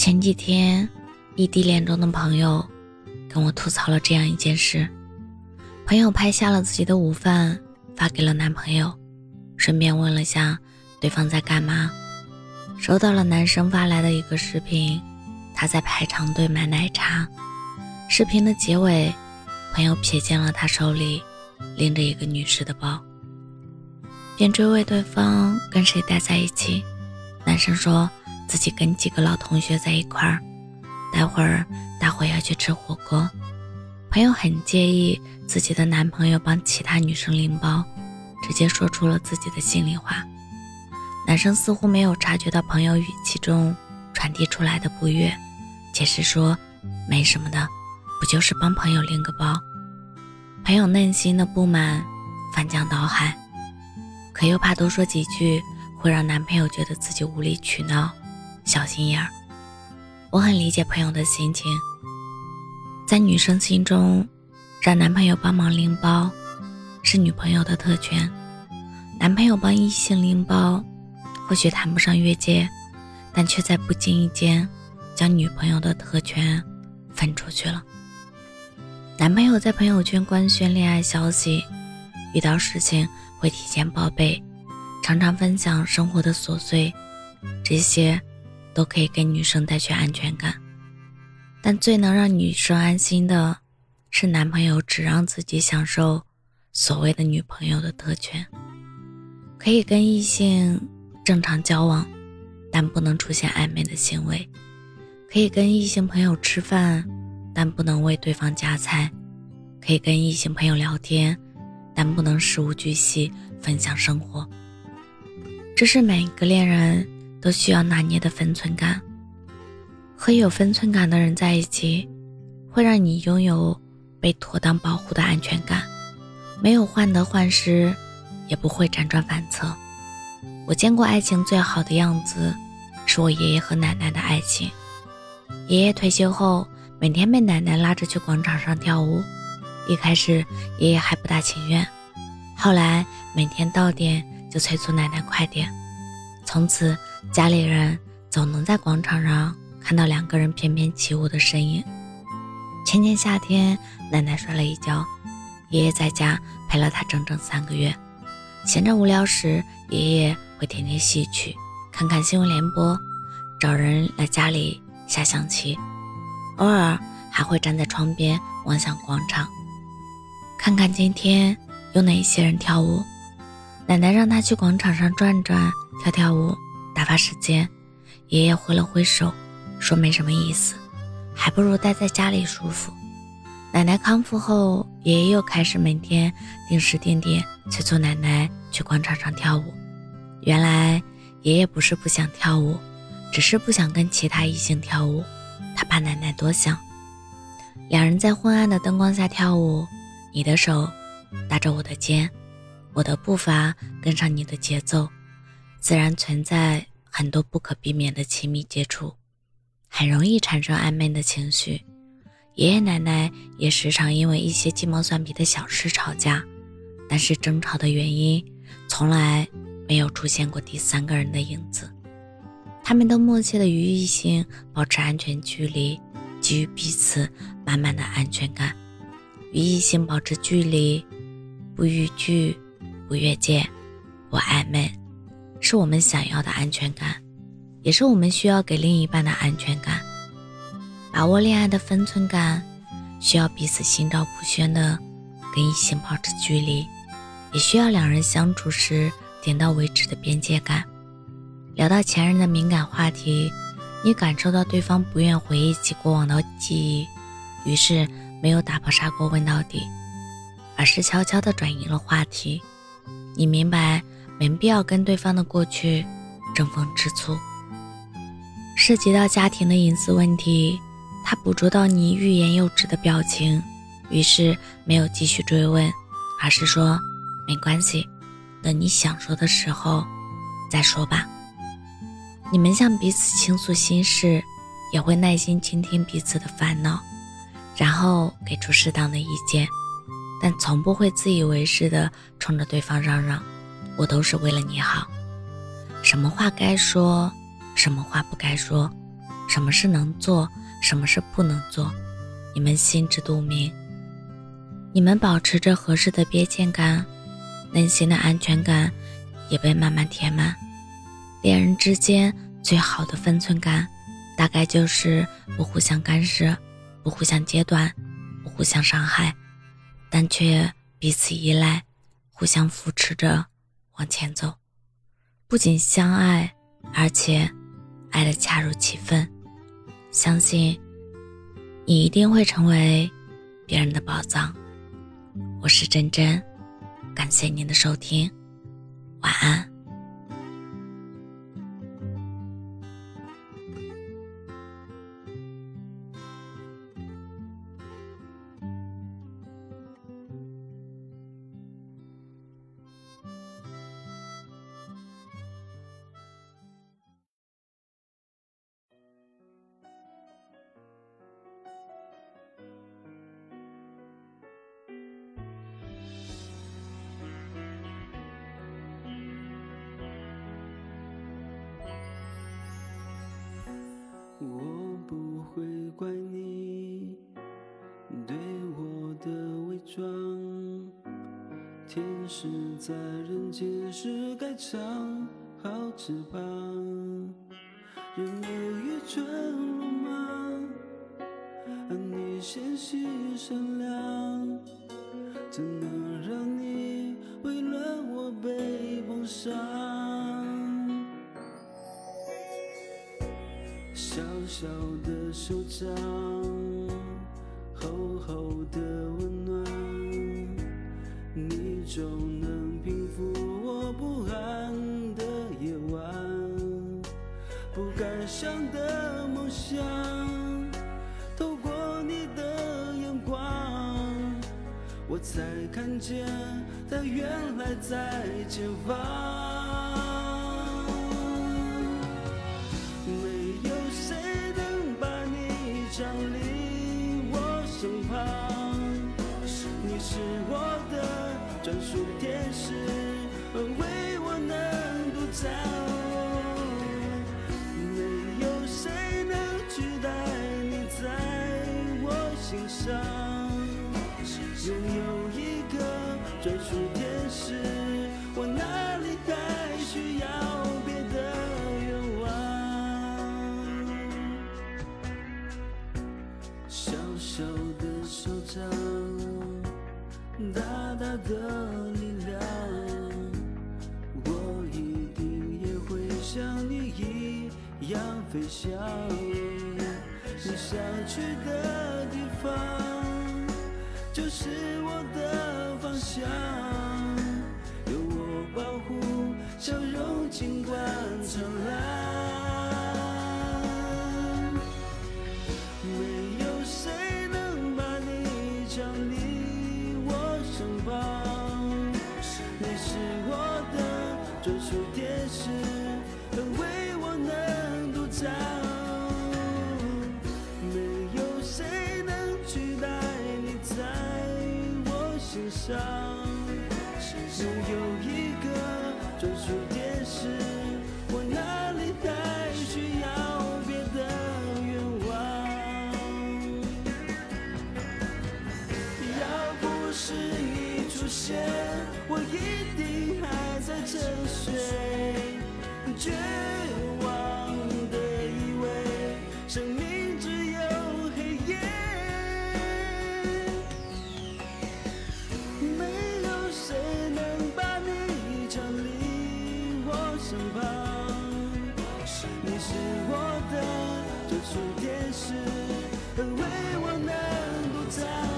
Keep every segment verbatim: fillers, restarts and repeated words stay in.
前几天，异地恋中的朋友跟我吐槽了这样一件事。朋友拍下了自己的午饭发给了男朋友，顺便问了下对方在干嘛。收到了男生发来的一个视频，他在排长队买奶茶。视频的结尾，朋友瞥见了他手里拎着一个女士的包，便追问对方跟谁待在一起。男生说自己跟几个老同学在一块儿，待会儿大伙要去吃火锅。朋友很介意自己的男朋友帮其他女生拎包，直接说出了自己的心里话。男生似乎没有察觉到朋友语气中传递出来的不悦，解释说没什么的，不就是帮朋友拎个包。朋友内心的不满翻江倒海，可又怕多说几句会让男朋友觉得自己无理取闹，小心眼儿。我很理解朋友的心情，在女生心中，让男朋友帮忙拎包是女朋友的特权，男朋友帮异性拎包或许谈不上越界，但却在不经意间将女朋友的特权分出去了。男朋友在朋友圈官宣恋爱消息，遇到事情会提前报备，常常分享生活的琐碎，这些都可以给女生带去安全感。但最能让女生安心的是，男朋友只让自己享受所谓的女朋友的特权，可以跟异性正常交往，但不能出现暧昧的行为，可以跟异性朋友吃饭，但不能为对方夹菜，可以跟异性朋友聊天，但不能事无巨细分享生活。这是每个恋人都需要拿捏的分寸感。和有分寸感的人在一起，会让你拥有被妥当保护的安全感，没有患得患失，也不会辗转反侧。我见过爱情最好的样子，是我爷爷和奶奶的爱情。爷爷退休后，每天被奶奶拉着去广场上跳舞。一开始爷爷还不大情愿，后来每天到点就催促奶奶快点。从此家里人总能在广场上看到两个人翩翩起舞的身影。前年夏天，奶奶摔了一跤，爷爷在家陪了她整整三个月。闲着无聊时，爷爷会天天戏曲，看看新闻联播，找人来家里下象棋，偶尔还会站在窗边望向广场，看看今天有哪些人跳舞。奶奶让他去广场上转转，跳跳舞，打发时间。爷爷挥了挥手，说没什么意思，还不如待在家里舒服。奶奶康复后，爷爷又开始每天定时定点催促奶奶去广场上跳舞。原来爷爷不是不想跳舞，只是不想跟其他异性跳舞，他怕奶奶多想。两人在昏暗的灯光下跳舞，你的手搭着我的肩，我的步伐跟上你的节奏，自然存在很多不可避免的亲密接触，很容易产生暧昧的情绪。爷爷奶奶也时常因为一些鸡毛蒜皮的小事吵架，但是争吵的原因从来没有出现过第三个人的影子。他们都默契的与异性保持安全距离，给予彼此满满的安全感。与异性保持距离，不逾矩，不越界，不暧昧，是我们想要的安全感，也是我们需要给另一半的安全感。把握恋爱的分寸感，需要彼此心照不宣的跟异性保持距离，也需要两人相处时点到为止的边界感。聊到前任的敏感话题，你感受到对方不愿回忆起过往的记忆，于是没有打破砂锅问到底，而是悄悄地转移了话题。你明白没必要跟对方的过去争风吃醋。涉及到家庭的隐私问题，他捕捉到你欲言又止的表情，于是没有继续追问，而是说没关系，等你想说的时候再说吧。你们向彼此倾诉心事，也会耐心倾听彼此的烦恼，然后给出适当的意见，但从不会自以为是的冲着对方嚷嚷我都是为了你好。什么话该说，什么话不该说， 什么是能做，什么是不能做，你们心知肚明。你们保持着合适的边界感，内心的安全感也被慢慢填满。恋人之间最好的分寸感，大概就是不互相干涉，不互相截断，不互相伤害，但却彼此依赖，互相扶持着往前走。不仅相爱，而且爱得恰如其分。相信你一定会成为别人的宝藏。我是真真，感谢您的收听，晚安。 我不会怪你对我的伪装，天使在人间时该长好翅膀，人有愚蠢鲁莽，你纤细善良，怎能让你为了我被碰伤？小小的手掌，厚厚的温暖，你总能平复我不安的夜晚。不敢想的梦想，透过你的眼光，我才看见它原来在前方。降临我身旁，你是我的专属天使，为我能独占。没有谁能取代你在我心上，拥有一个专属天使，我哪里还需要别的愿望？小小的手掌，大大的力量，我一定也会像你一样飞翔。你想去的地方，就是我的方向。有我保护，笑容尽管灿烂。专属天使，为我能独占，没有谁能取代你在我心上。拥有一个专属天使，我哪里还需要别的愿望？要不是你出现，我一定还在沉睡，绝望的以为生命只有黑夜。没有谁能把你降临我身旁，你是我的专属天使，为我能独占。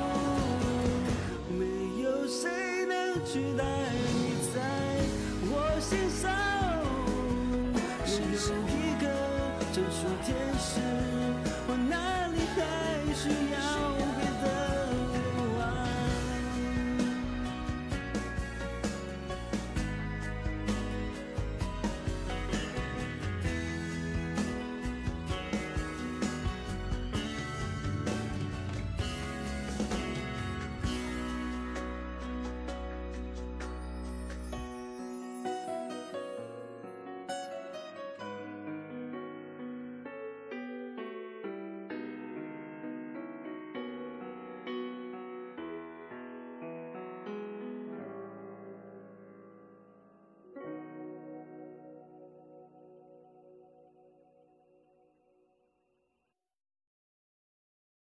没有谁能取代你在我心上，拥有一个专属天使，我哪里还需要